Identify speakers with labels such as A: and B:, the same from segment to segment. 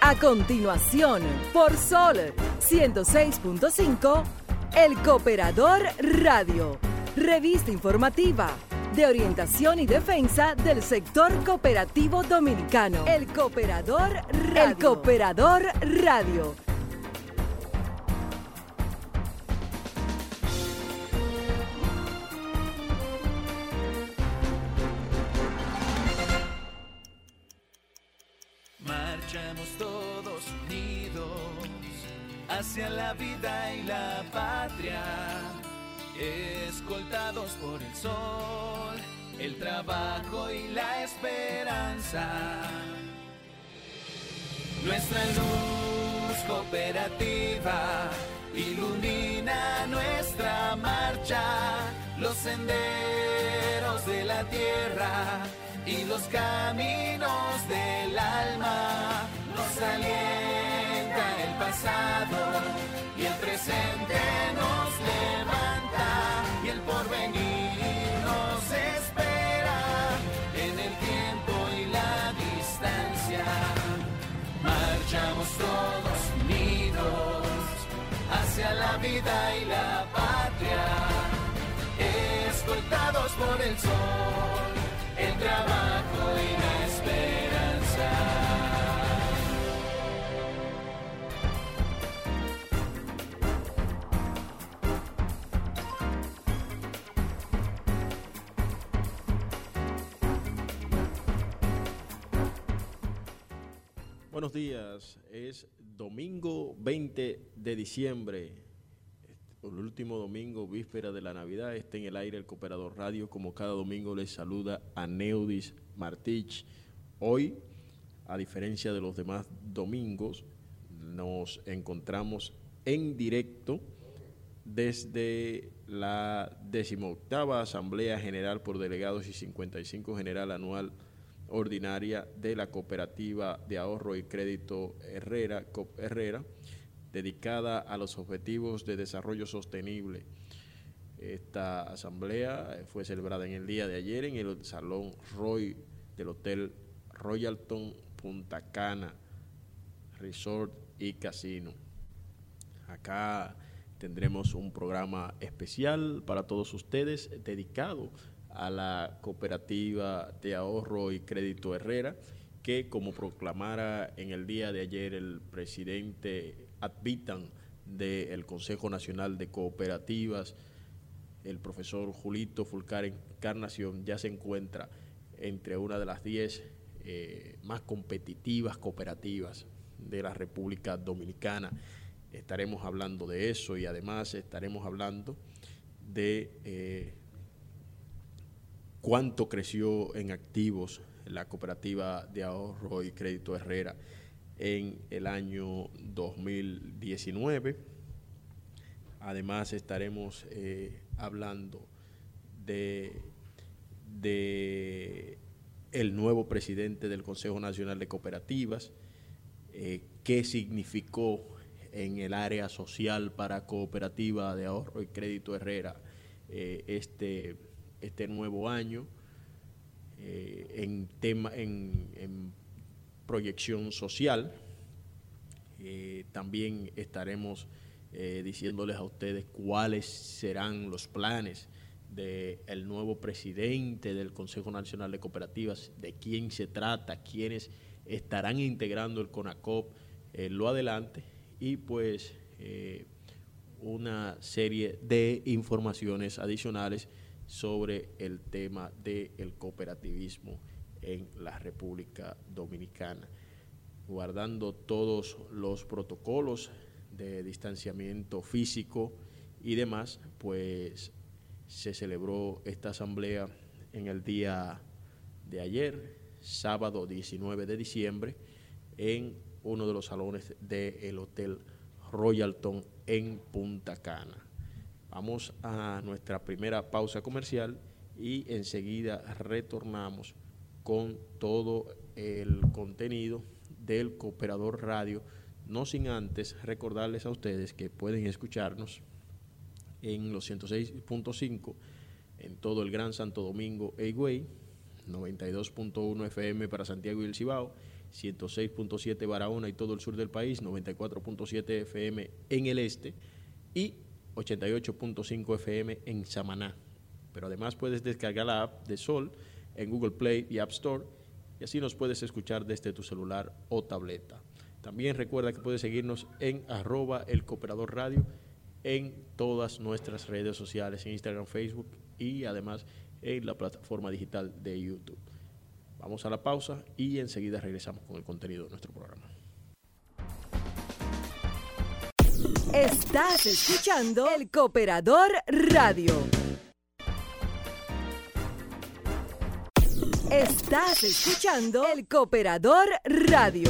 A: A continuación, por Sol 106.5, El Cooperador Radio, revista informativa de orientación y defensa del sector cooperativo dominicano. El Cooperador Radio. El Cooperador Radio.
B: Marchamos todos unidos hacia la vida y la patria, escoltados por el sol, el trabajo y la esperanza. Nuestra luz cooperativa ilumina nuestra marcha, los senderos de la tierra y los caminos del alma. Nos alienta el pasado y el presente nos levanta, y el porvenir nos espera en el tiempo y la distancia. Marchamos todos unidos hacia la vida y la patria, escoltados por el sol, el trabajo y la esperanza.
C: Buenos días, es domingo 20 de diciembre, el último domingo, víspera de la Navidad. Está en el aire el Cooperador Radio. Como cada domingo les saluda Aneudis Martich. Hoy, a diferencia de los demás domingos, nos encontramos en directo desde la 18ª Asamblea General por Delegados y 55 General Anual Ordinaria de la Cooperativa de Ahorro y Crédito Herrera, COP Herrera, dedicada a los objetivos de desarrollo sostenible. Esta asamblea fue celebrada en el día de ayer en el Salón Roy del Hotel Royalton Punta Cana Resort y Casino. Acá tendremos un programa especial para todos ustedes dedicado a la Cooperativa de Ahorro y Crédito Herrera, que, como proclamara en el día de ayer el presidente ad vitam del Consejo Nacional de Cooperativas, el profesor Julito Fulcar Encarnación, ya se encuentra entre una de las 10 más competitivas cooperativas de la República Dominicana. Estaremos hablando de eso y además estaremos hablando de cuánto creció en activos la Cooperativa de Ahorro y Crédito Herrera en el año 2019. Además estaremos hablando de el nuevo presidente del Consejo Nacional de Cooperativas, qué significó en el área social para Cooperativa de Ahorro y Crédito Herrera este nuevo año, en proyección social. También estaremos diciéndoles a ustedes cuáles serán los planes del nuevo presidente del Consejo Nacional de Cooperativas, de quién se trata, quiénes estarán integrando el CONACOP lo adelante, y pues una serie de informaciones adicionales sobre el tema del cooperativismo en la República Dominicana. Guardando todos los protocolos de distanciamiento físico y demás, pues se celebró esta asamblea en el día de ayer, sábado 19 de diciembre, en uno de los salones del Hotel Royalton en Punta Cana. Vamos a nuestra primera pausa comercial y enseguida retornamos con todo el contenido del Cooperador Radio, no sin antes recordarles a ustedes que pueden escucharnos en los 106.5 en todo el Gran Santo Domingo e Higüey, 92.1 FM para Santiago y el Cibao, 106.7 Barahona y todo el sur del país, 94.7 FM en el este y 88.5 FM en Samaná. Pero además puedes descargar la app de Sol en Google Play y App Store y así nos puedes escuchar desde tu celular o tableta. También recuerda que puedes seguirnos en @elcooperadorradio en todas nuestras redes sociales, en Instagram, Facebook y además en la plataforma digital de YouTube. Vamos a la pausa y enseguida regresamos con el contenido de nuestro programa.
A: Estás escuchando El Cooperador Radio. Estás escuchando El Cooperador Radio.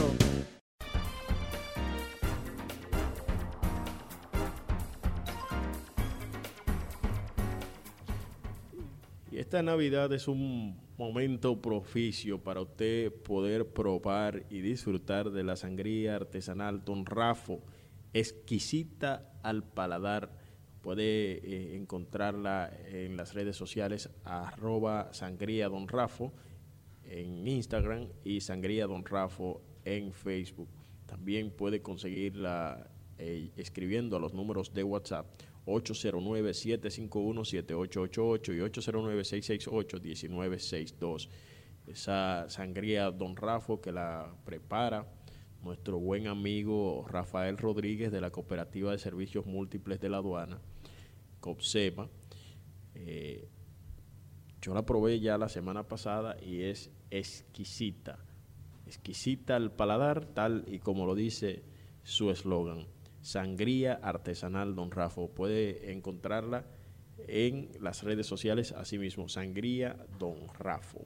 C: Y esta Navidad es un momento propicio para usted poder probar y disfrutar de la sangría artesanal Don Rafo, exquisita al paladar. Puede encontrarla en las redes sociales @sangría Don Rafo en Instagram y Sangría Don Rafo en Facebook. También puede conseguirla escribiendo a los números de WhatsApp 809-751-7888 y 809-668-1962. Esa sangría Don Rafo que la prepara nuestro buen amigo Rafael Rodríguez de la Cooperativa de Servicios Múltiples de la Aduana, COPSEMA. Yo la probé ya la semana pasada y es exquisita, exquisita al paladar, tal y como lo dice su eslogan. Sangría artesanal Don Rafo. Puede encontrarla en las redes sociales, asimismo, Sangría Don Rafo.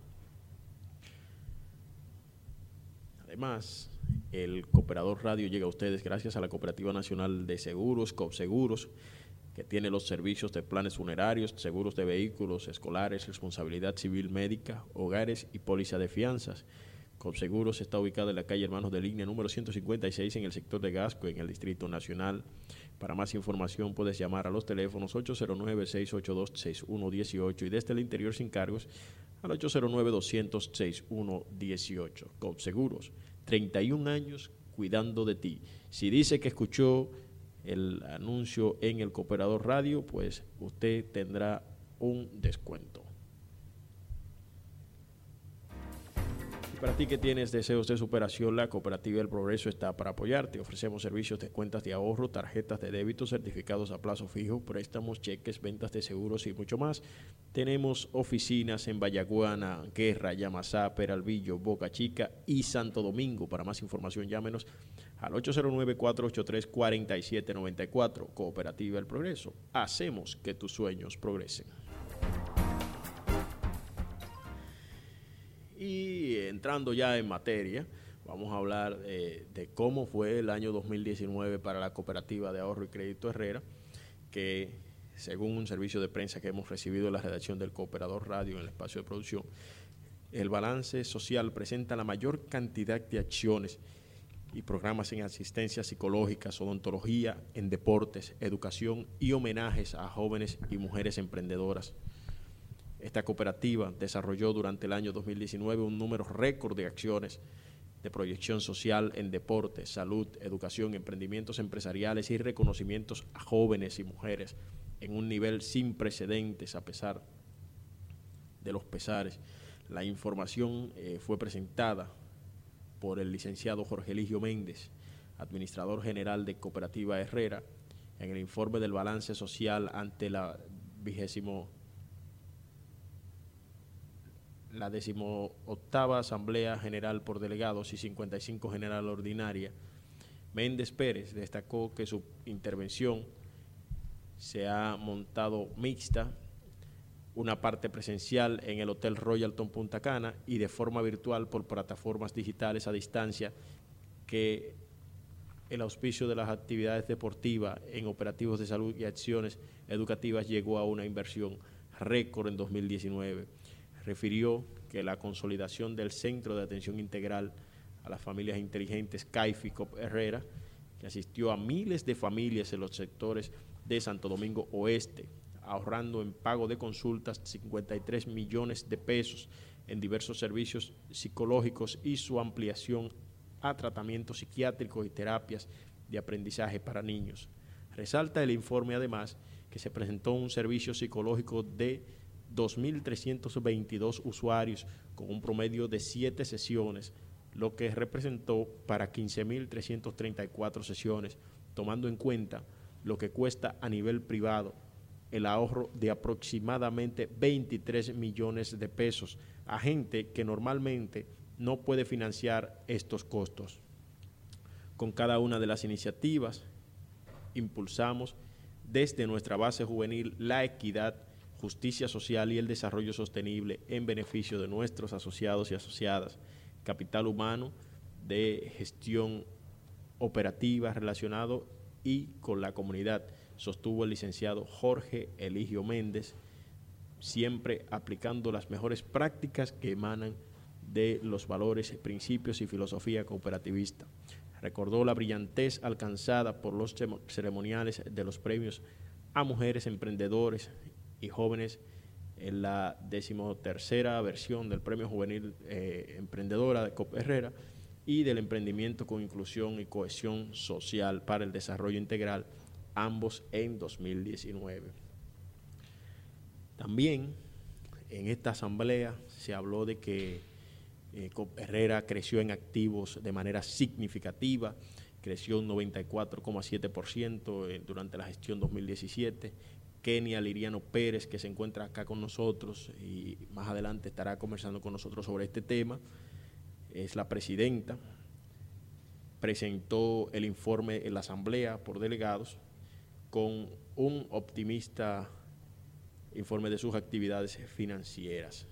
C: Además, el Cooperador Radio llega a ustedes gracias a la Cooperativa Nacional de Seguros, COPSEGUROS, que tiene los servicios de planes funerarios, seguros de vehículos escolares, responsabilidad civil médica, hogares y póliza de fianzas. COPSEGUROS está ubicada en la calle Hermanos de Línea, número 156, en el sector de Gasco, en el Distrito Nacional. Para más información puedes llamar a los teléfonos 809-682-6118 y desde el interior sin cargos al 809-200-6118. COPSEGUROS, 31 años cuidando de ti. Si dice que escuchó el anuncio en el Cooperador Radio, pues usted tendrá un descuento. Para ti que tienes deseos de superación, la Cooperativa del Progreso está para apoyarte. Ofrecemos servicios de cuentas de ahorro, tarjetas de débito, certificados a plazo fijo, préstamos, cheques, ventas de seguros y mucho más. Tenemos oficinas en Vallaguana, Guerra, Yamasá, Peralvillo, Boca Chica y Santo Domingo. Para más información, llámenos al 809-483-4794. Cooperativa del Progreso. Hacemos que tus sueños progresen. Y entrando ya en materia, vamos a hablar de cómo fue el año 2019 para la Cooperativa de Ahorro y Crédito Herrera, que según un servicio de prensa que hemos recibido en la redacción del Cooperador Radio en el espacio de producción, el balance social presenta la mayor cantidad de acciones y programas en asistencia psicológica, odontología, en deportes, educación y homenajes a jóvenes y mujeres emprendedoras. Esta cooperativa desarrolló durante el año 2019 un número récord de acciones de proyección social en deporte, salud, educación, emprendimientos empresariales y reconocimientos a jóvenes y mujeres en un nivel sin precedentes a pesar de los pesares. La información fue presentada por el licenciado Jorge Eligio Méndez, administrador general de Cooperativa Herrera, en el informe del balance social ante la 18ª Asamblea General por Delegados y 55 General Ordinaria. Méndez Pérez destacó que su intervención se ha montado mixta, una parte presencial en el Hotel Royalton Punta Cana y de forma virtual por plataformas digitales a distancia, que el auspicio de las actividades deportivas en operativos de salud y acciones educativas llegó a una inversión récord en 2019. Refirió que la consolidación del Centro de Atención Integral a las Familias Inteligentes CAIFI COP Herrera, que asistió a miles de familias en los sectores de Santo Domingo Oeste, ahorrando en pago de consultas 53 millones de pesos en diversos servicios psicológicos y su ampliación a tratamientos psiquiátricos y terapias de aprendizaje para niños. Resalta el informe, además, que se presentó un servicio psicológico de 2.322 usuarios con un promedio de 7 sesiones, lo que representó para 15.334 sesiones, tomando en cuenta lo que cuesta a nivel privado el ahorro de aproximadamente 23 millones de pesos a gente que normalmente no puede financiar estos costos. Con cada una de las iniciativas impulsamos desde nuestra base juvenil la equidad, justicia social y el desarrollo sostenible en beneficio de nuestros asociados y asociadas, capital humano de gestión operativa relacionado y con la comunidad, sostuvo el licenciado Jorge Eligio Méndez, siempre aplicando las mejores prácticas que emanan de los valores, principios y filosofía cooperativista. Recordó la brillantez alcanzada por los ceremoniales de los premios a mujeres emprendedores y jóvenes en la 13ª versión del Premio Juvenil Emprendedora de COP Herrera y del Emprendimiento con Inclusión y Cohesión Social para el Desarrollo Integral, ambos en 2019. También en esta asamblea se habló de que COP Herrera creció en activos de manera significativa, creció un 94,7% durante la gestión 2017. Kenia Liriano Pérez, que se encuentra acá con nosotros y más adelante estará conversando con nosotros sobre este tema, es la presidenta, presentó el informe en la asamblea por delegados con un optimista informe de sus actividades financieras.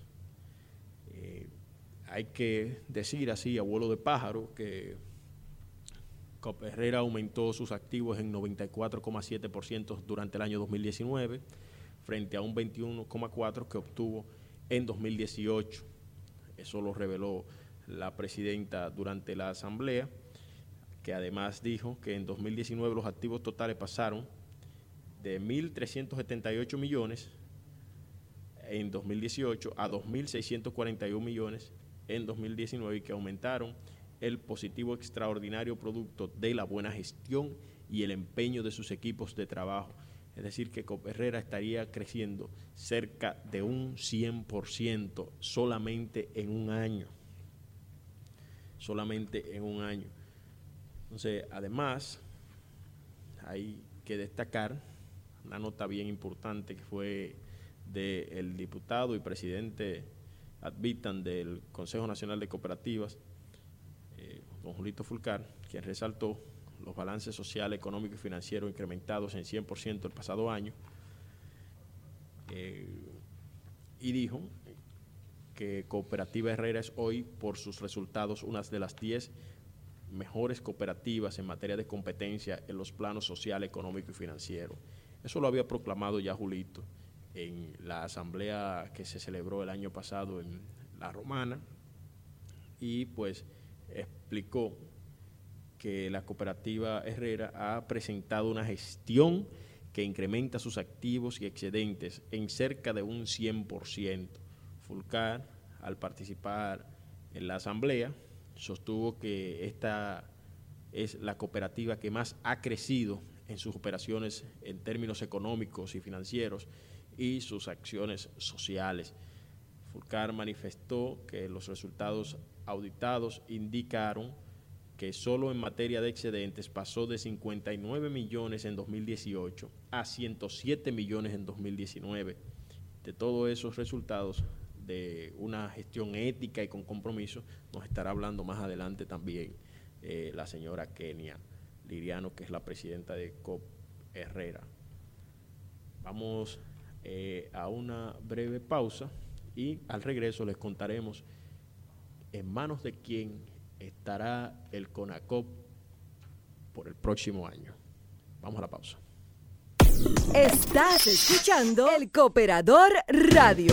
C: Hay que decir así, a vuelo de pájaro, que COP Herrera aumentó sus activos en 94,7% durante el año 2019, frente a un 21,4% que obtuvo en 2018. Eso lo reveló la presidenta durante la asamblea, que además dijo que en 2019 los activos totales pasaron de 1.378 millones en 2018 a 2.641 millones en 2019 y que aumentaron el positivo extraordinario producto de la buena gestión y el empeño de sus equipos de trabajo. Es decir, que COP Herrera estaría creciendo cerca de un 100% solamente en un año. Solamente en un año. Entonces, además, hay que destacar una nota bien importante que fue del diputado y presidente ad vitam del Consejo Nacional de Cooperativas, don Julito Fulcar, quien resaltó los balances social, económico y financiero incrementados en 100% el pasado año, y dijo que Cooperativa Herrera es hoy, por sus resultados, una de las 10 mejores cooperativas en materia de competencia en los planos social, económico y financiero. Eso lo había proclamado ya Julito en la asamblea que se celebró el año pasado en La Romana, y pues explicó que la cooperativa Herrera ha presentado una gestión que incrementa sus activos y excedentes en cerca de un 100%. Fulcar, al participar en la asamblea, sostuvo que esta es la cooperativa que más ha crecido en sus operaciones en términos económicos y financieros y sus acciones sociales. Fulcar manifestó que los resultados auditados indicaron que solo en materia de excedentes pasó de 59 millones en 2018 a 107 millones en 2019. De todos esos resultados de una gestión ética y con compromiso nos estará hablando más adelante también la señora Kenia Liriano, que es la presidenta de COP Herrera. Vamos a una breve pausa y al regreso les contaremos en manos de quién estará el CONACOP por el próximo año. Vamos a la pausa.
A: Estás escuchando El Cooperador Radio.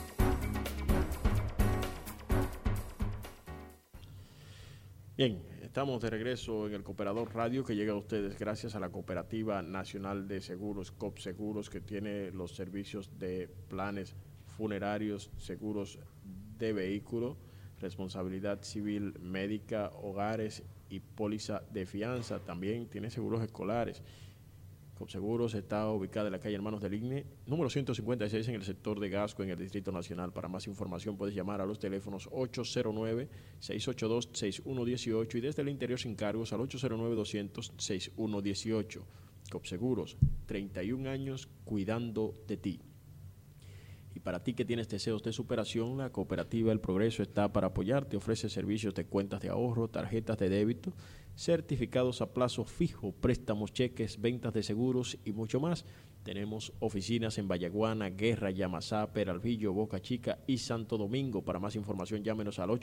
C: Bien, Estamos de regreso en el Cooperador Radio, que llega a ustedes gracias a la Cooperativa Nacional de Seguros, COPSEGUROS, que tiene los servicios de planes funerarios, seguros de vehículo, responsabilidad civil médica, hogares y póliza de fianza. También tiene seguros escolares. COPSEGUROS está ubicada en la calle Hermanos del Igne, número 156, en el sector de Gasco, en el Distrito Nacional. Para más información puedes llamar a los teléfonos 809-682-6118 y desde el interior sin cargos al 809-200-6118. COPSEGUROS, 31 años cuidando de ti. Y para ti que tienes deseos de superación, la Cooperativa El Progreso está para apoyarte. Ofrece servicios de cuentas de ahorro, tarjetas de débito, certificados a plazo fijo, préstamos, cheques, ventas de seguros y mucho más. Tenemos oficinas en Vallaguana, Guerra, Yamasá, Peralvillo, Boca Chica y Santo Domingo. Para más información, llámenos al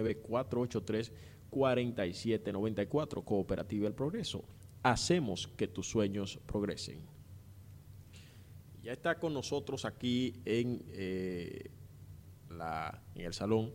C: 809-483-4794. Cooperativa El Progreso. Hacemos que tus sueños progresen. Ya está con nosotros aquí en el salón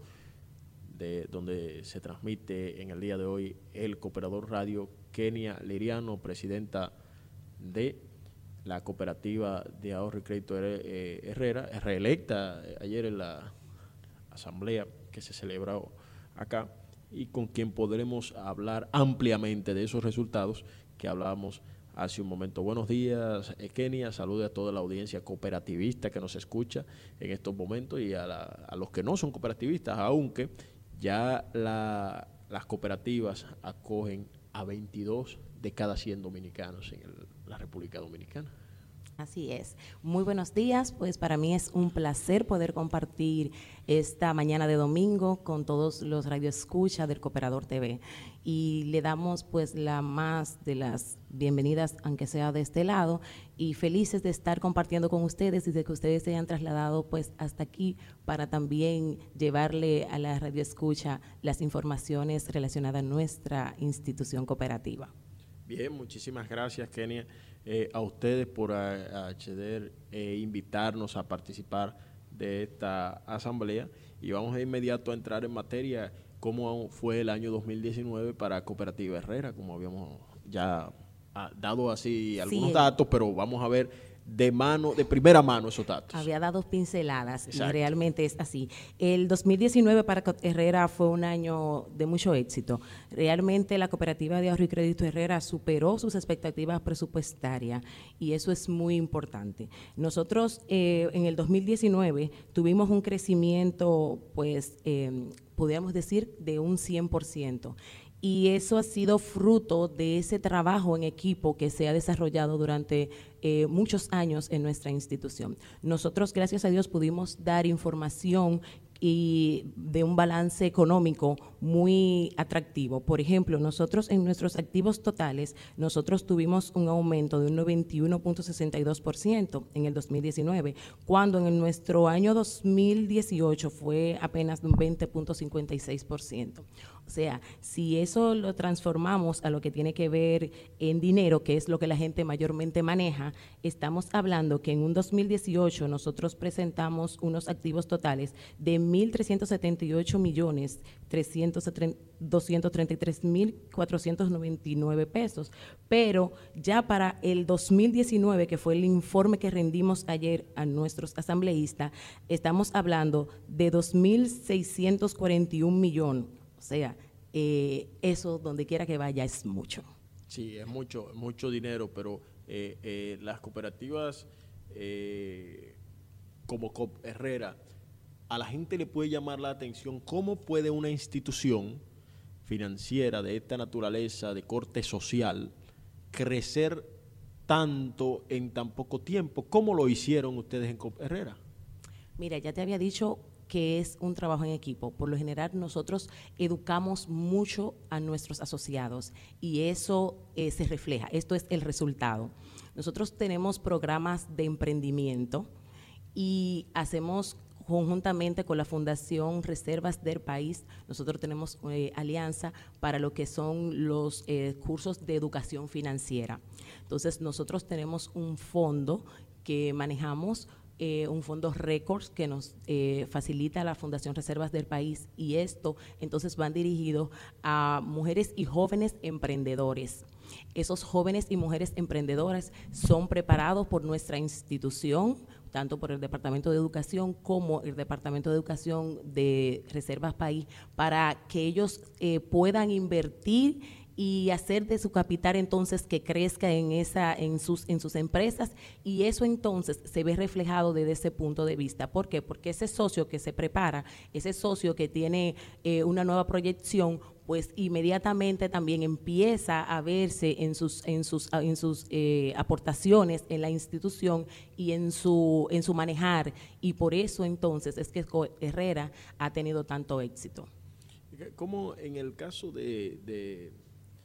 C: donde se transmite en el día de hoy el Cooperador Radio, Kenia Liriano, presidenta de la Cooperativa de Ahorro y Crédito Herrera, reelecta ayer en la asamblea que se celebró acá, y con quien podremos hablar ampliamente de esos resultados que hablábamos hace un momento. Buenos días, Kenia. Salude a toda la audiencia cooperativista que nos escucha en estos momentos y a los que no son cooperativistas, aunque ya las cooperativas acogen a 22 de cada 100 dominicanos en la República Dominicana.
D: Así es. Muy buenos días, pues para mí es un placer poder compartir esta mañana de domingo con todos los radioescuchas del Cooperador TV, y le damos pues la más de las bienvenidas, aunque sea de este lado, y felices de estar compartiendo con ustedes y de que ustedes se hayan trasladado pues hasta aquí para también llevarle a la radioescucha las informaciones relacionadas a nuestra institución cooperativa.
C: Bien, muchísimas gracias, Kenia, a ustedes por acceder e invitarnos a participar de esta asamblea, y vamos de inmediato a entrar en materia. ¿Cómo fue el año 2019 para Cooperativa Herrera? Como habíamos ya dado así algunos datos, pero vamos a ver de primera mano esos datos.
D: Había dado pinceladas.
C: Exacto.
D: Y realmente es así. El 2019 para Herrera fue un año de mucho éxito. Realmente la Cooperativa de Ahorro y Crédito Herrera superó sus expectativas presupuestarias, y eso es muy importante. Nosotros en el 2019 tuvimos un crecimiento, pues, podríamos decir, de un 100%. Y eso ha sido fruto de ese trabajo en equipo que se ha desarrollado durante muchos años en nuestra institución. Nosotros, gracias a Dios, pudimos dar información y de un balance económico muy atractivo. Por ejemplo, nosotros en nuestros activos totales, nosotros tuvimos un aumento de un 91.62% en el 2019, cuando en nuestro año 2018 fue apenas de un 20.56%. O sea, si eso lo transformamos a lo que tiene que ver en dinero, que es lo que la gente mayormente maneja, estamos hablando que en un 2018 nosotros presentamos unos activos totales de 1.378.233.499 pesos, pero ya para el 2019, que fue el informe que rendimos ayer a nuestros asambleístas, estamos hablando de 2.641 millones. O sea, eso donde quiera que vaya es mucho.
C: Sí, es mucho dinero, pero las cooperativas como Coop Herrera, a la gente le puede llamar la atención cómo puede una institución financiera de esta naturaleza, de corte social, crecer tanto en tan poco tiempo. ¿Cómo lo hicieron ustedes en Coop Herrera?
D: Mira, ya te había dicho que es un trabajo en equipo. Por lo general, nosotros educamos mucho a nuestros asociados y eso se refleja. Esto es el resultado. Nosotros tenemos programas de emprendimiento y hacemos conjuntamente con la Fundación Reservas del País, nosotros tenemos alianza para lo que son los cursos de educación financiera. Entonces, nosotros tenemos un fondo que manejamos un fondo récords que nos facilita la Fundación Reservas del País, y esto entonces van dirigidos a mujeres y jóvenes emprendedores. Esos jóvenes y mujeres emprendedoras son preparados por nuestra institución, tanto por el Departamento de Educación como el Departamento de Educación de Reservas País, para que ellos puedan invertir y hacer de su capital entonces que crezca en sus empresas, y eso entonces se ve reflejado desde ese punto de vista. ¿Por qué? Porque ese socio que se prepara, ese socio que tiene una nueva proyección, pues inmediatamente también empieza a verse en sus aportaciones en la institución y en su manejar, y por eso entonces es que Herrera ha tenido tanto éxito.
C: ¿Cómo en el caso de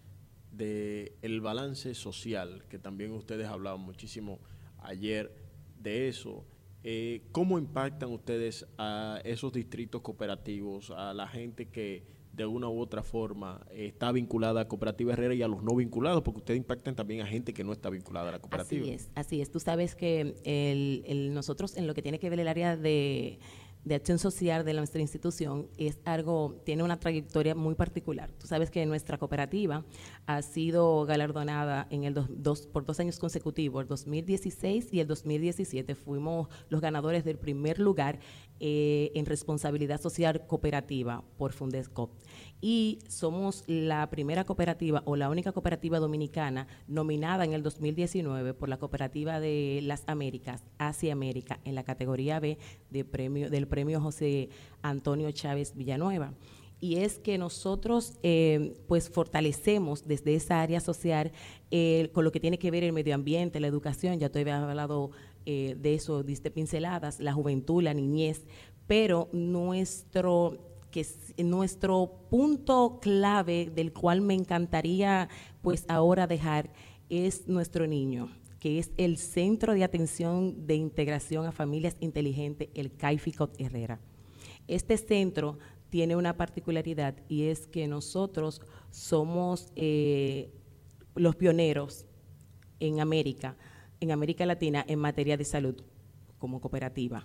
C: el balance social, que también ustedes hablaban muchísimo ayer de eso, cómo impactan ustedes a esos distritos cooperativos, a la gente que de una u otra forma está vinculada a Cooperativa Herrera y a los no vinculados, porque ustedes impactan también a gente que no está vinculada a la cooperativa?
D: Así es. Tú sabes que nosotros en lo que tiene que ver el área de acción social de nuestra institución tiene una trayectoria muy particular. Tú sabes que nuestra cooperativa ha sido galardonada por 2 años consecutivos, el 2016 y el 2017. Fuimos los ganadores del primer lugar en responsabilidad social cooperativa por Fundescop. Y somos la primera cooperativa o la única cooperativa dominicana nominada en el 2019 por la Cooperativa de las Américas, Asia América, en la categoría B del premio José Antonio Chávez Villanueva. Y es que nosotros pues fortalecemos desde esa área social con lo que tiene que ver el medio ambiente, la educación. Ya te había hablado de eso, diste pinceladas, la juventud, la niñez, pero nuestro punto clave del cual me encantaría pues ahora dejar es nuestro niño, que es el Centro de Atención de Integración a Familias Inteligentes, el CAIFICOT Herrera. Este centro tiene una particularidad, y es que nosotros somos los pioneros en América Latina en materia de salud como cooperativa.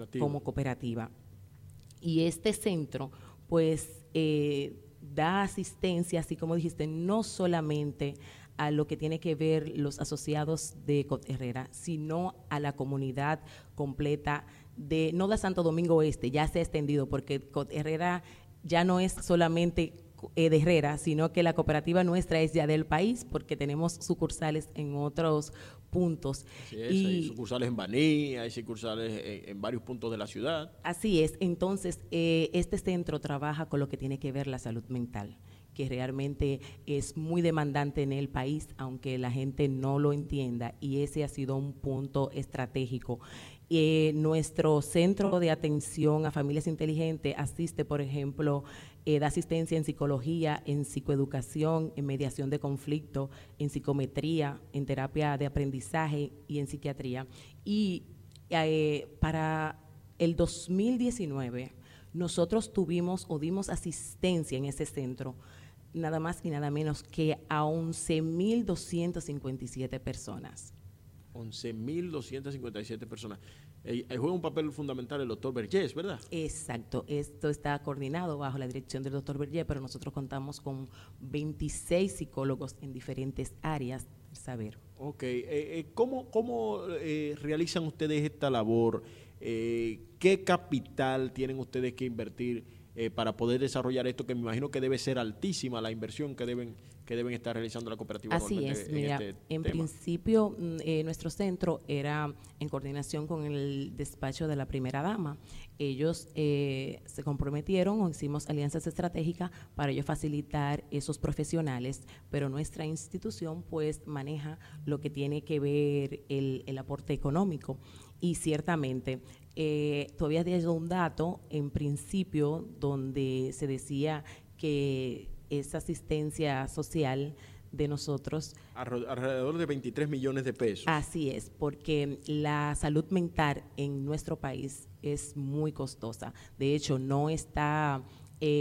D: Y este centro pues da asistencia, así como dijiste, no solamente a lo que tiene que ver los asociados de COT Herrera, sino a la comunidad completa no de Santo Domingo Este. Ya se ha extendido, porque COT Herrera ya no es solamente de Herrera, sino que la cooperativa nuestra es ya del país, porque tenemos sucursales en otros puntos.
C: Así es, hay sucursales en Baní, hay sucursales en varios puntos de la ciudad.
D: Así es. Entonces, este centro trabaja con lo que tiene que ver la salud mental, que realmente es muy demandante en el país, aunque la gente no lo entienda, y ese ha sido un punto estratégico. Nuestro centro de atención a familias inteligentes asiste, por ejemplo, da asistencia en psicología, en psicoeducación, en mediación de conflicto, en psicometría, en terapia de aprendizaje y en psiquiatría. Y para el 2019 nosotros dimos asistencia en ese centro nada más y nada menos que a 11.257 personas.
C: 11.257 personas. Juega un papel fundamental el doctor Vergés, ¿verdad?
D: Exacto. Esto está coordinado bajo la dirección del doctor Vergés, pero nosotros contamos con 26 psicólogos en diferentes áreas del saber.
C: Ok. ¿Cómo realizan ustedes esta labor? ¿Qué capital tienen ustedes que invertir para poder desarrollar esto, que me imagino que debe ser altísima la inversión que deben estar realizando la cooperativa?
D: Así es, mira, en principio nuestro centro era en coordinación con el despacho de la primera dama. Ellos se comprometieron o hicimos alianzas estratégicas para ellos facilitar esos profesionales, pero nuestra institución pues maneja lo que tiene que ver el aporte económico. Y ciertamente, tú habías dicho un dato en principio donde se decía que esa asistencia social de nosotros...
C: Alrededor de 23 millones de pesos.
D: Así es, porque la salud mental en nuestro país es muy costosa. De hecho, no está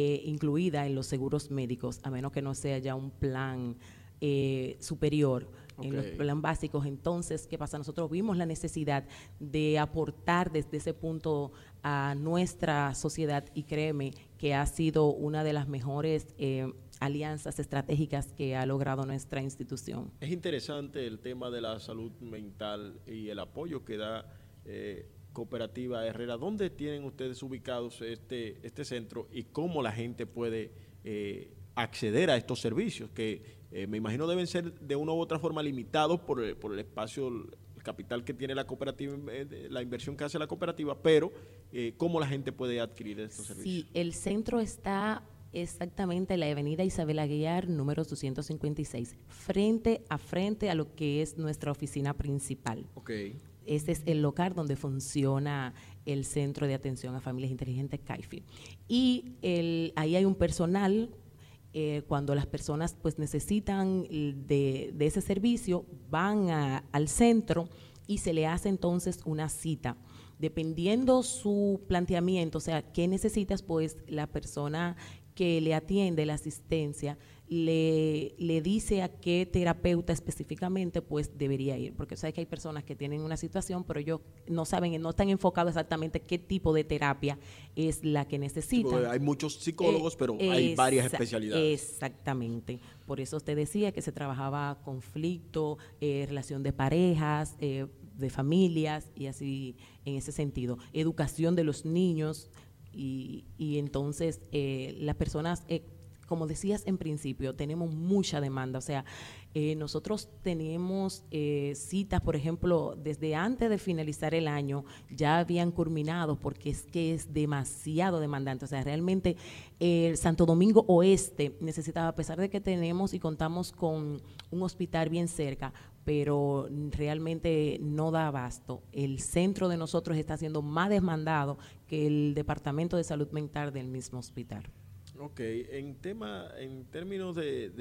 D: incluida en los seguros médicos, a menos que no sea ya un plan superior. en los plan básicos. Entonces, ¿qué pasa? Nosotros vimos la necesidad de aportar desde ese punto a nuestra sociedad y créeme que ha sido una de las mejores alianzas estratégicas que ha logrado nuestra institución.
C: Es interesante el tema de la salud mental y el apoyo que da Cooperativa Herrera. ¿Dónde tienen ustedes ubicados este centro y cómo la gente puede acceder a estos servicios que me imagino deben ser de una u otra forma limitados por el espacio, el capital que tiene la cooperativa, la inversión que hace la cooperativa, pero cómo la gente puede adquirir estos servicios?
D: Sí, el centro está exactamente en la avenida Isabel Aguiar, número 256, frente a lo que es nuestra oficina principal.
C: Okay.
D: Este es el local donde funciona el Centro de Atención a Familias Inteligentes, CAIFI. Y ahí hay un personal. Cuando las personas pues necesitan de ese servicio, van al centro y se le hace entonces una cita. Dependiendo su planteamiento, o sea, qué necesitas, pues la persona que le atiende la asistencia le dice a qué terapeuta específicamente pues debería ir, porque sabes que hay personas que tienen una situación pero ellos no saben, no están enfocados exactamente qué tipo de terapia es la que necesitan.
C: Sí, hay muchos psicólogos, pero hay varias especialidades.
D: Exactamente, por eso usted decía que se trabajaba conflicto, relación de parejas, de familias y así en ese sentido, educación de los niños y entonces las personas como decías en principio, tenemos mucha demanda, o sea, nosotros tenemos citas, por ejemplo, desde antes de finalizar el año, ya habían culminado porque es que es demasiado demandante, o sea, realmente el Santo Domingo Oeste necesitaba, a pesar de que tenemos y contamos con un hospital bien cerca, pero realmente no da abasto. El centro de nosotros está siendo más demandado que el Departamento de Salud Mental del mismo hospital.
C: Ok, en términos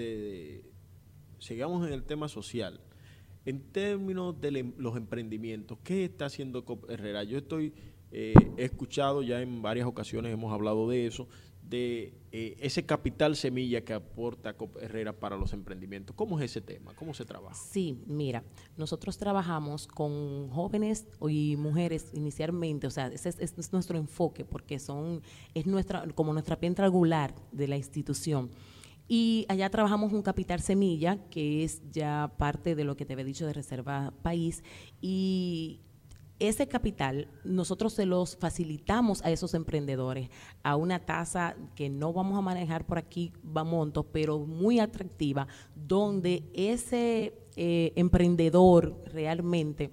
C: sigamos en el tema social, en términos de los emprendimientos, ¿qué está haciendo COP Herrera? Yo he escuchado ya en varias ocasiones, hemos hablado de eso, de ese capital semilla que aporta COP Herrera para los emprendimientos. ¿Cómo es ese tema? ¿Cómo se trabaja?
D: Sí, mira, nosotros trabajamos con jóvenes y mujeres inicialmente, o sea, ese es nuestro enfoque porque es como nuestra piedra angular de la institución. Y allá trabajamos un capital semilla, que es ya parte de lo que te había dicho de Reserva País, y ese capital nosotros se los facilitamos a esos emprendedores a una tasa que no vamos a manejar por aquí, montos, pero muy atractiva, donde ese emprendedor realmente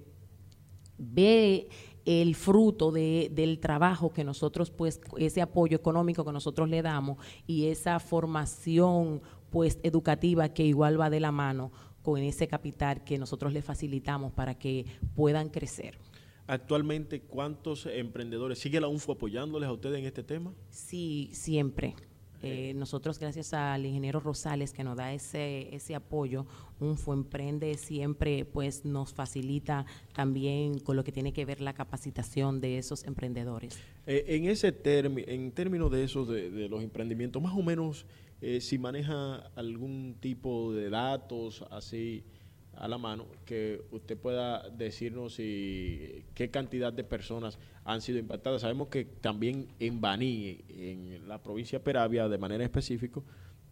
D: ve el fruto del trabajo que nosotros, pues, ese apoyo económico que nosotros le damos y esa formación, pues, educativa que igual va de la mano con ese capital que nosotros le facilitamos para que puedan crecer.
C: Actualmente, ¿cuántos emprendedores sigue la UNFO apoyándoles a ustedes en este tema?
D: Sí, siempre. Nosotros, gracias al ingeniero Rosales que nos da ese apoyo, UNFO Emprende siempre pues nos facilita también con lo que tiene que ver la capacitación de esos emprendedores.
C: En términos de esos de los emprendimientos, más o menos si maneja algún tipo de datos así a la mano, que usted pueda decirnos qué cantidad de personas han sido impactadas. Sabemos que también en Baní, en la provincia de Peravia, de manera específica,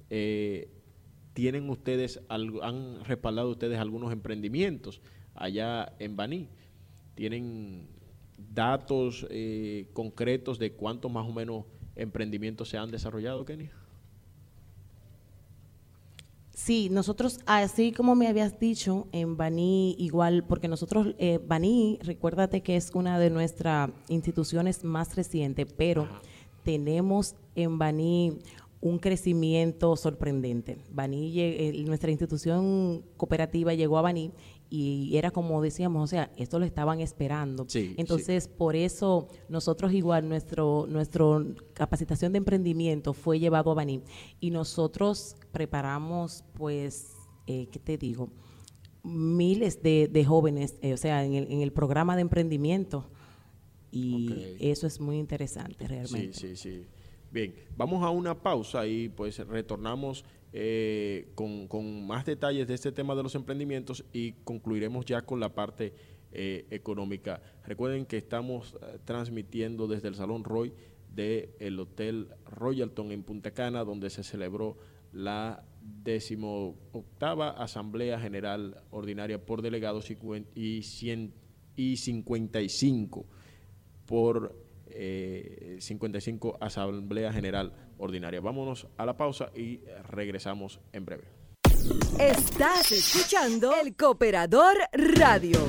C: han respaldado ustedes algunos emprendimientos allá en Baní. ¿Tienen datos concretos de cuántos más o menos emprendimientos se han desarrollado, Kenia?
D: Sí, nosotros, así como me habías dicho, en Baní igual, porque nosotros, Baní, recuérdate que es una de nuestras instituciones más recientes, pero tenemos en Baní un crecimiento sorprendente. Baní, nuestra institución cooperativa llegó a Baní y era como decíamos, o sea, esto lo estaban esperando.
C: Sí,
D: entonces,
C: sí.
D: Por eso nosotros igual, nuestro capacitación de emprendimiento fue llevado a Baní y nosotros preparamos, pues, ¿qué te digo? Miles de jóvenes, o sea, en el programa de emprendimiento y eso es muy interesante realmente.
C: Sí. Bien, vamos a una pausa y pues retornamos con más detalles de este tema de los emprendimientos y concluiremos ya con la parte económica. Recuerden que estamos transmitiendo desde el Salón Roy del Hotel Royalton en Punta Cana, donde se celebró la 18ª Asamblea General Ordinaria por delegados y 55 por 55 Asamblea General Ordinaria. Vámonos a la pausa y regresamos en breve.
A: Estás escuchando El Cooperador Radio.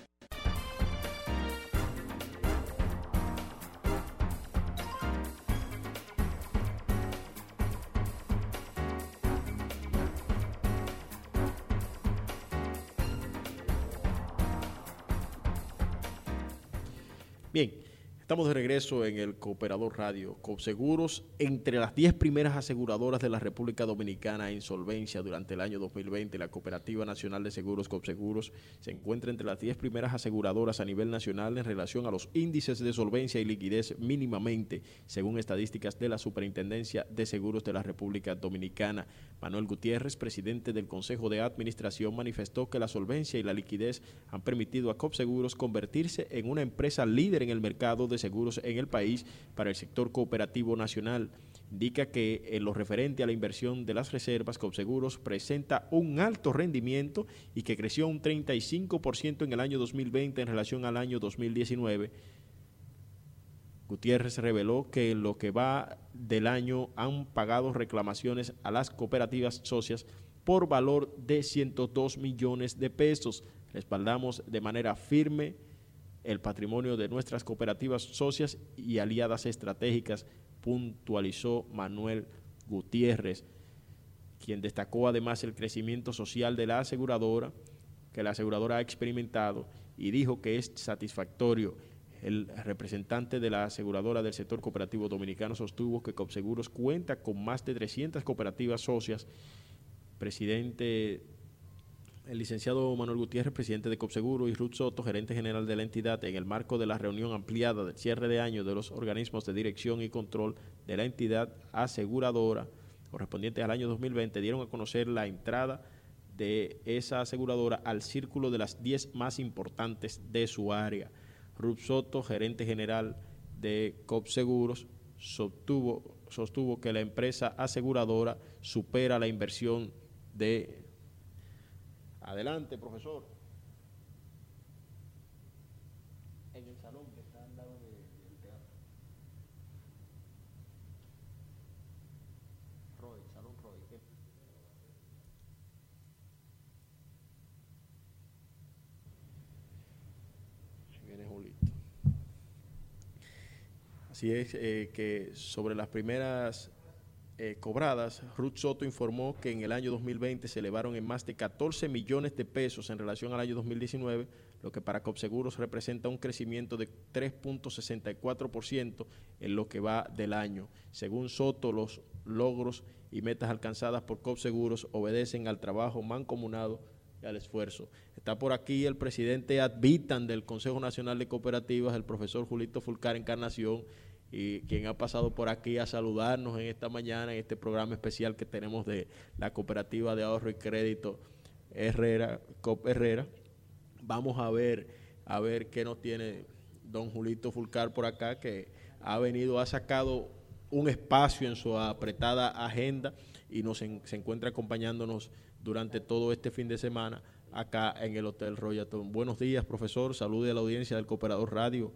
C: Bien, estamos de regreso en el Cooperador Radio. Coopseguros, entre las 10 primeras aseguradoras de la República Dominicana en solvencia durante el año 2020, la Cooperativa Nacional de Seguros Coopseguros se encuentra entre las 10 primeras aseguradoras a nivel nacional en relación a los índices de solvencia y liquidez mínimamente, según estadísticas de la Superintendencia de Seguros de la República Dominicana. Manuel Gutiérrez, presidente del Consejo de Administración, manifestó que la solvencia y la liquidez han permitido a Coopseguros convertirse en una empresa líder en el mercado de seguros en el país para el sector cooperativo nacional. Indica que en lo referente a la inversión de las reservas, Coopseguros presenta un alto rendimiento y que creció un 35% en el año 2020 en relación al año 2019. Gutiérrez reveló que en lo que va del año han pagado reclamaciones a las cooperativas socias por valor de 102 millones de pesos. Respaldamos de manera firme el patrimonio de nuestras cooperativas socias y aliadas estratégicas, puntualizó Manuel Gutiérrez, quien destacó además el crecimiento social de la aseguradora, que la aseguradora ha experimentado, y dijo que es satisfactorio. El representante de la aseguradora del sector cooperativo dominicano sostuvo que Coopseguros cuenta con más de 300 cooperativas socias. El licenciado Manuel Gutiérrez, presidente de Coopseguros, y Ruth Soto, gerente general de la entidad, en el marco de la reunión ampliada del cierre de año de los organismos de dirección y control de la entidad aseguradora correspondiente al año 2020, dieron a conocer la entrada de esa aseguradora al círculo de las 10 más importantes de su área. Ruth Soto, gerente general de Coopseguros, sostuvo que la empresa aseguradora supera la inversión de... Adelante, profesor. En el salón que está al lado del teatro. Roy, Salón Roy. Viene Julito. Así es que sobre las primeras cobradas, Ruth Soto informó que en el año 2020 se elevaron en más de 14 millones de pesos en relación al año 2019, lo que para Coopseguros representa un crecimiento de 3.64% en lo que va del año. Según Soto, los logros y metas alcanzadas por Coopseguros obedecen al trabajo mancomunado y al esfuerzo. Está por aquí el presidente ad vitam del Consejo Nacional de Cooperativas, el profesor Julito Fulcar Encarnación, y quien ha pasado por aquí a saludarnos en esta mañana, en este programa especial que tenemos de la Cooperativa de Ahorro y Crédito Herrera, COP Herrera. Vamos a ver qué nos tiene don Julito Fulcar por acá, que ha sacado un espacio en su apretada agenda y se encuentra acompañándonos durante todo este fin de semana acá en el Hotel Royalton. Buenos días, profesor. Salude a la audiencia del Cooperador Radio.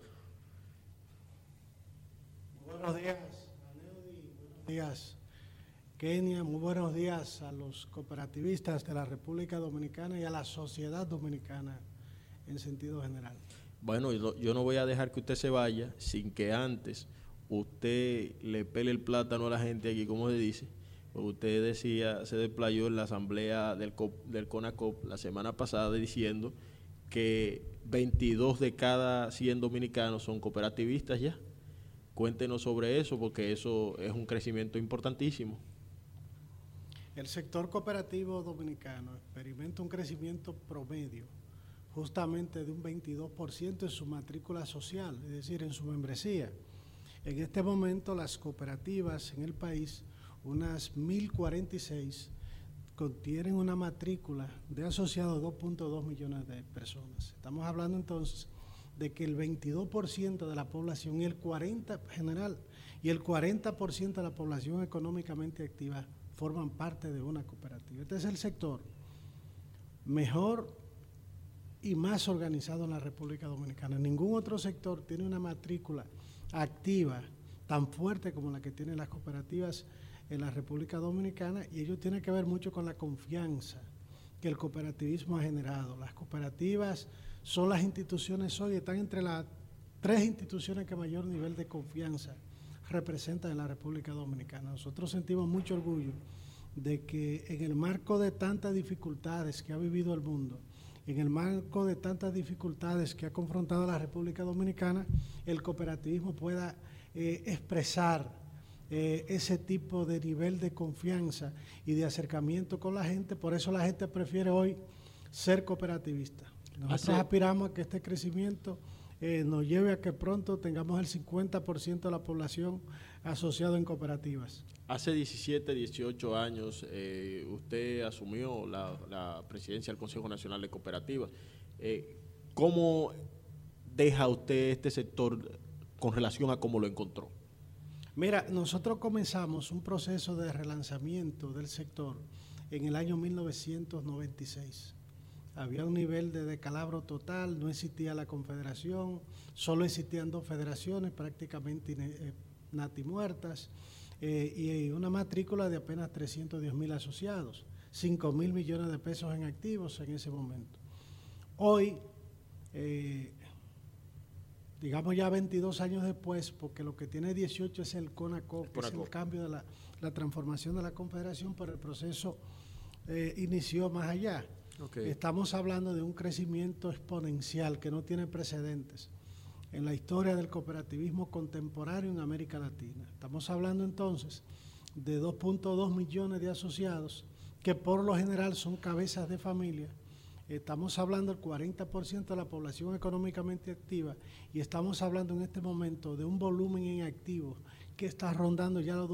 E: Buenos días, Aneudi, buenos días, Kenia, muy buenos días a los cooperativistas de la República Dominicana y a la sociedad dominicana en sentido general. Bueno,
C: yo no voy a dejar que usted se vaya sin que antes usted le pele el plátano a la gente aquí, como se dice. Usted decía, se desplayó en la asamblea del CONACOP la semana pasada diciendo que 22 de cada 100 dominicanos son cooperativistas ya. Cuéntenos sobre eso, porque eso es un crecimiento importantísimo.
E: El sector cooperativo dominicano experimenta un crecimiento promedio justamente de un 22% en su matrícula social, es decir, en su membresía. En este momento las cooperativas en el país, unas 1046, contienen una matrícula de asociados 2.2 millones de personas. Estamos hablando entonces de que el 22% de la población y el 40% general y el 40% de la población económicamente activa forman parte de una cooperativa. Este es el sector mejor y más organizado en la República Dominicana. Ningún otro sector tiene una matrícula activa tan fuerte como la que tienen las cooperativas en la República Dominicana, y ello tiene que ver mucho con la confianza que el cooperativismo ha generado. Las cooperativas son las instituciones hoy, están entre las 3 instituciones que mayor nivel de confianza representan en la República Dominicana. Nosotros sentimos mucho orgullo de que en el marco de tantas dificultades que ha vivido el mundo, en el marco de tantas dificultades que ha confrontado la República Dominicana, el cooperativismo pueda expresar ese tipo de nivel de confianza y de acercamiento con la gente. Por eso la gente prefiere hoy ser cooperativista. Nosotros aspiramos a que este crecimiento nos lleve a que pronto tengamos el 50% de la población asociada en cooperativas.
C: Hace 17, 18 años usted asumió la presidencia del Consejo Nacional de Cooperativas. ¿Cómo deja usted este sector con relación a cómo lo encontró?
E: Mira, nosotros comenzamos un proceso de relanzamiento del sector en el año 1996. Había un nivel de descalabro total, no existía la confederación, solo existían 2 federaciones prácticamente natimuertas, y una matrícula de apenas 310.000 asociados, 5.000 millones de pesos en activos en ese momento. Hoy, digamos ya 22 años después, porque lo que tiene 18 es el CONACOP, que es el cambio de la transformación de la confederación, pero el proceso inició más allá. Okay. Estamos hablando de un crecimiento exponencial que no tiene precedentes en la historia del cooperativismo contemporáneo en América Latina. Estamos hablando entonces de 2.2 millones de asociados que por lo general son cabezas de familia. Estamos hablando del 40% de la población económicamente activa, y estamos hablando en este momento de un volumen en activos que está rondando ya los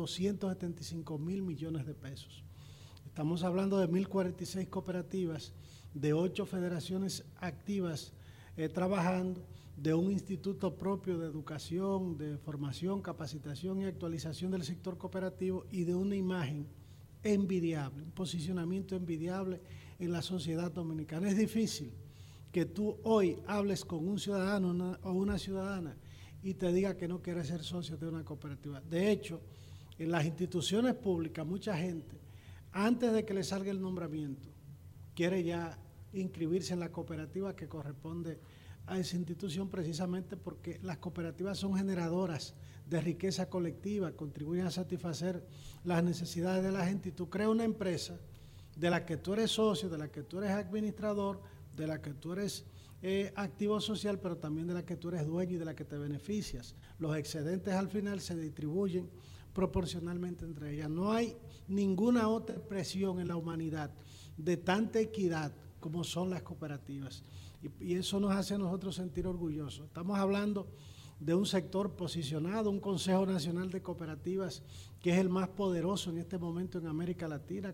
E: 275.000 millones de pesos. Estamos hablando de 1.046 cooperativas, de 8 federaciones activas trabajando, de un instituto propio de educación, de formación, capacitación y actualización del sector cooperativo, y de una imagen envidiable, un posicionamiento envidiable en la sociedad dominicana. Es difícil que tú hoy hables con un ciudadano o una ciudadana y te diga que no quiere ser socio de una cooperativa. De hecho, en las instituciones públicas, mucha gente, antes de que le salga el nombramiento, quiere ya inscribirse en la cooperativa que corresponde a esa institución, precisamente porque las cooperativas son generadoras de riqueza colectiva, contribuyen a satisfacer las necesidades de la gente, y tú creas una empresa de la que tú eres socio, de la que tú eres administrador, de la que tú eres activo social, pero también de la que tú eres dueño y de la que te beneficias. Los excedentes al final se distribuyen proporcionalmente entre ellas. No hay ninguna otra expresión en la humanidad de tanta equidad como son las cooperativas, y eso nos hace a nosotros sentir orgullosos. Estamos hablando de un sector posicionado, un Consejo Nacional de Cooperativas que es el más poderoso en este momento en América Latina,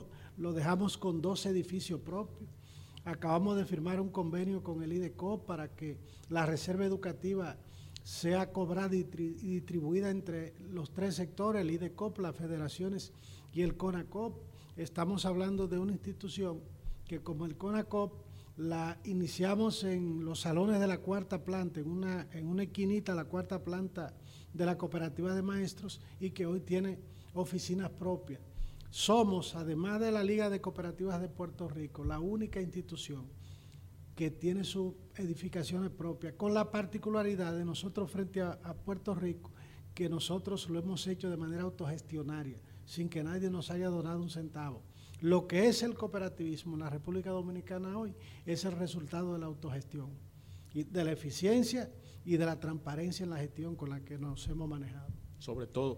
E: lo dejamos con 2 edificios propios. Acabamos de firmar un convenio con el IDECOP para que la reserva educativa sea cobrada y distribuida entre los 3 sectores, el IDECOP, las federaciones y el CONACOP. Estamos hablando de una institución que, como el CONACOP, la iniciamos en los salones de la 4ª planta, en una esquinita, la 4ª planta de la cooperativa de maestros, y que hoy tiene oficinas propias. Somos, además de la Liga de Cooperativas de Puerto Rico, la única institución que tiene sus edificaciones propias, con la particularidad de nosotros frente a Puerto Rico, que nosotros lo hemos hecho de manera autogestionaria, sin que nadie nos haya donado un centavo. Lo que es el cooperativismo en la República Dominicana hoy es el resultado de la autogestión, y de la eficiencia y de la transparencia en la gestión con la que nos hemos manejado.
C: Sobre todo,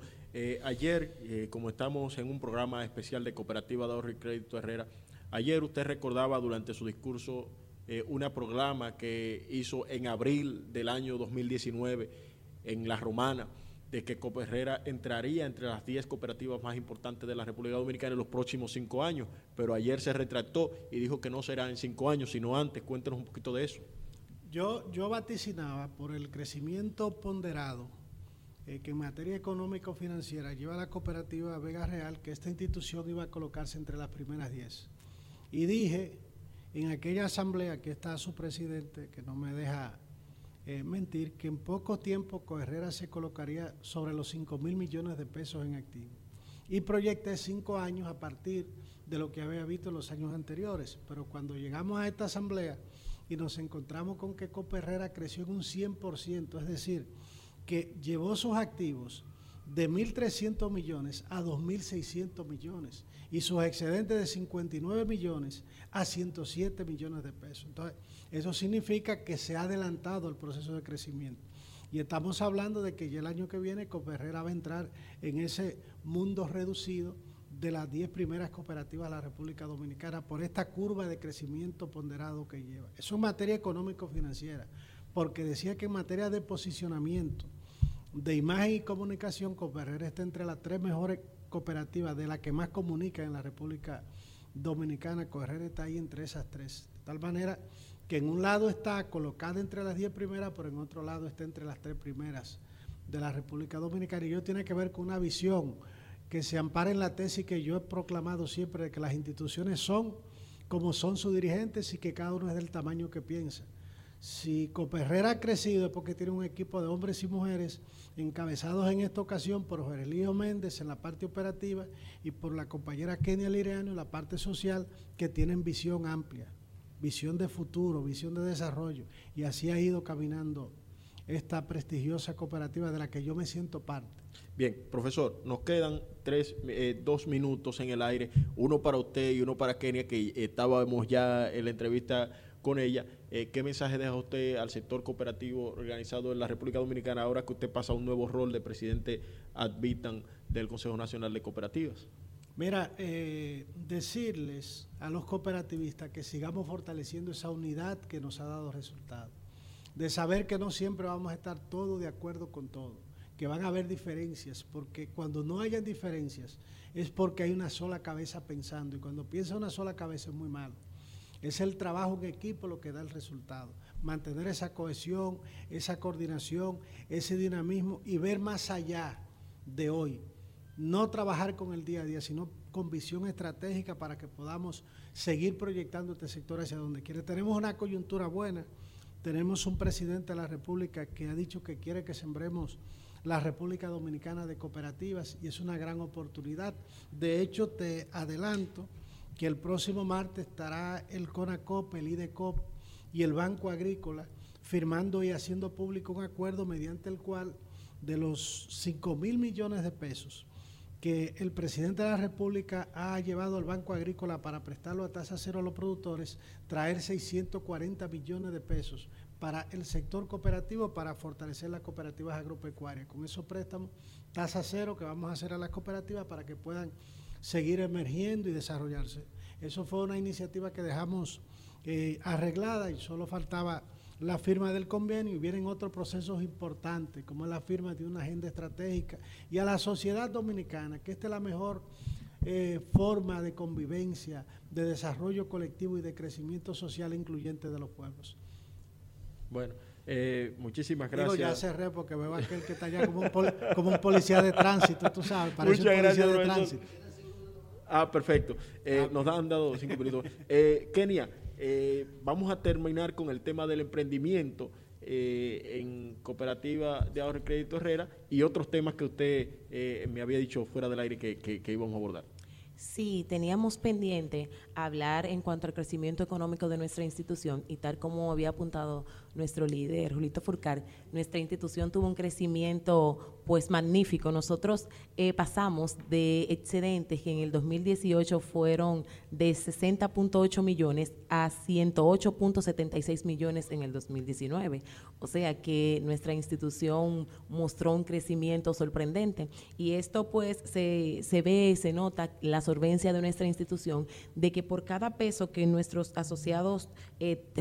C: ayer, como estamos en un programa especial de Cooperativa de Ahorro y Crédito Herrera, ayer usted recordaba durante su discurso una proclama que hizo en abril del año 2019 en La Romana, de que Coperrera entraría entre las 10 cooperativas más importantes de la República Dominicana en los próximos 5 años, pero ayer se retractó y dijo que no será en 5 años, sino antes. Cuéntanos un poquito de eso.
E: Yo vaticinaba por el crecimiento ponderado que en materia económico-financiera lleva la cooperativa Vega Real, que esta institución iba a colocarse entre las primeras 10. Y dije en aquella asamblea, que está su presidente, que no me deja mentir, que en poco tiempo Coperrera se colocaría sobre los 5.000 millones de pesos en activos. Y proyecté 5 años a partir de lo que había visto en los años anteriores. Pero cuando llegamos a esta asamblea y nos encontramos con que Coperrera creció en un 100%, es decir, que llevó sus activos de 1.300 millones a 2.600 millones y sus excedentes de 59 millones a 107 millones de pesos. Entonces, eso significa que se ha adelantado el proceso de crecimiento. Y estamos hablando de que ya el año que viene Coperrera va a entrar en ese mundo reducido de las 10 primeras cooperativas de la República Dominicana por esta curva de crecimiento ponderado que lleva. Eso en materia económico-financiera, porque decía que en materia de posicionamiento, de imagen y comunicación, Coperrera está entre las 3 mejores cooperativas, de las que más comunican en la República Dominicana. Coperrera está ahí entre esas 3. De tal manera que en un lado está colocada entre las 10 primeras, pero en otro lado está entre las 3 primeras de la República Dominicana. Y ello tiene que ver con una visión que se ampara en la tesis que yo he proclamado siempre, de que las instituciones son como son sus dirigentes y que cada uno es del tamaño que piensa. Si Coperrera ha crecido es porque tiene un equipo de hombres y mujeres encabezados en esta ocasión por Jorge Elío Méndez en la parte operativa y por la compañera Kenia Liriano en la parte social, que tienen visión amplia, visión de futuro, visión de desarrollo, y así ha ido caminando esta prestigiosa cooperativa de la que yo me siento parte.
C: Bien, profesor, nos quedan 2 minutos en el aire, uno para usted y uno para Kenia, que estábamos ya en la entrevista con ella. ¿Qué mensaje deja usted al sector cooperativo organizado en la República Dominicana ahora que usted pasa a un nuevo rol de presidente ad vitam del Consejo Nacional de Cooperativas?
E: Mira, decirles a los cooperativistas que sigamos fortaleciendo esa unidad que nos ha dado resultados, de saber que no siempre vamos a estar todos de acuerdo con todo, que van a haber diferencias, porque cuando no hayan diferencias es porque hay una sola cabeza pensando, y cuando piensa una sola cabeza es muy malo. Es el trabajo en equipo lo que da el resultado. Mantener esa cohesión, esa coordinación, ese dinamismo y ver más allá de hoy. No trabajar con el día a día, sino con visión estratégica para que podamos seguir proyectando este sector hacia donde quiere. Tenemos una coyuntura buena, tenemos un presidente de la República que ha dicho que quiere que sembremos la República Dominicana de cooperativas y es una gran oportunidad. De hecho, te adelanto que el próximo martes estará el CONACOP, el IDECOP y el Banco Agrícola firmando y haciendo público un acuerdo mediante el cual de los 5.000 millones de pesos que el presidente de la República ha llevado al Banco Agrícola para prestarlo a tasa cero a los productores, traer 640 millones de pesos para el sector cooperativo para fortalecer las cooperativas agropecuarias. Con esos préstamos, tasa cero que vamos a hacer a las cooperativas para que puedan seguir emergiendo y desarrollarse. Eso fue una iniciativa que dejamos arreglada y solo faltaba la firma del convenio y vienen otros procesos importantes, como la firma de una agenda estratégica y a la sociedad dominicana, que esta es la mejor forma de convivencia, de desarrollo colectivo y de crecimiento social incluyente de los pueblos.
C: Bueno, muchísimas gracias.
E: Digo, ya cerré porque veo a aquel que está allá como un policía de tránsito, tú sabes, parece
C: Muchas
E: un
C: gracias,
E: policía de
C: profesor.
E: tránsito.
C: Perfecto. Nos han dado 5 minutos. Kenia, vamos a terminar con el tema del emprendimiento en Cooperativa de Ahorro y Crédito Herrera y otros temas que usted me había dicho fuera del aire que íbamos a abordar.
D: Sí, teníamos pendiente hablar en cuanto al crecimiento económico de nuestra institución y tal como había apuntado nuestro líder, Julito Furcar, nuestra institución tuvo un crecimiento pues magnífico. Nosotros pasamos de excedentes que en el 2018 fueron de 60.8 millones a 108.76 millones en el 2019. O sea que nuestra institución mostró un crecimiento sorprendente y esto pues se ve, se nota la solvencia de nuestra institución de que por cada peso que nuestros asociados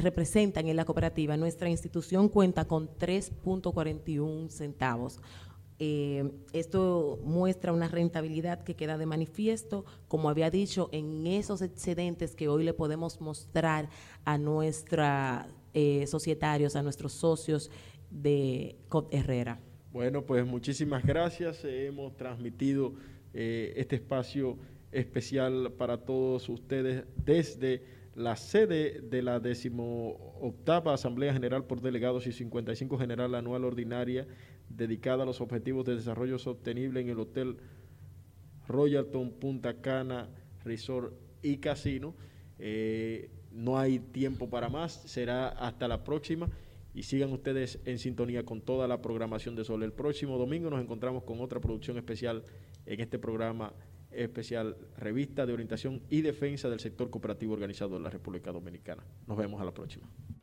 D: representan en la cooperativa, nuestra institución cuenta con 3.41 centavos. Esto muestra una rentabilidad que queda de manifiesto, como había dicho, en esos excedentes que hoy le podemos mostrar a nuestros societarios, a nuestros socios de COP Herrera.
C: Bueno, pues muchísimas gracias. Hemos transmitido este espacio especial para todos ustedes desde la sede de la 18ª Asamblea General por Delegados y 55 General Anual Ordinaria dedicada a los objetivos de desarrollo sostenible en el Hotel Royalton Punta Cana Resort y Casino. No hay tiempo para más, será hasta la próxima y sigan ustedes en sintonía con toda la programación de Sol. El próximo domingo nos encontramos con otra producción especial en este programa especial, Revista de Orientación y Defensa del Sector Cooperativo Organizado de la República Dominicana. Nos vemos a la próxima.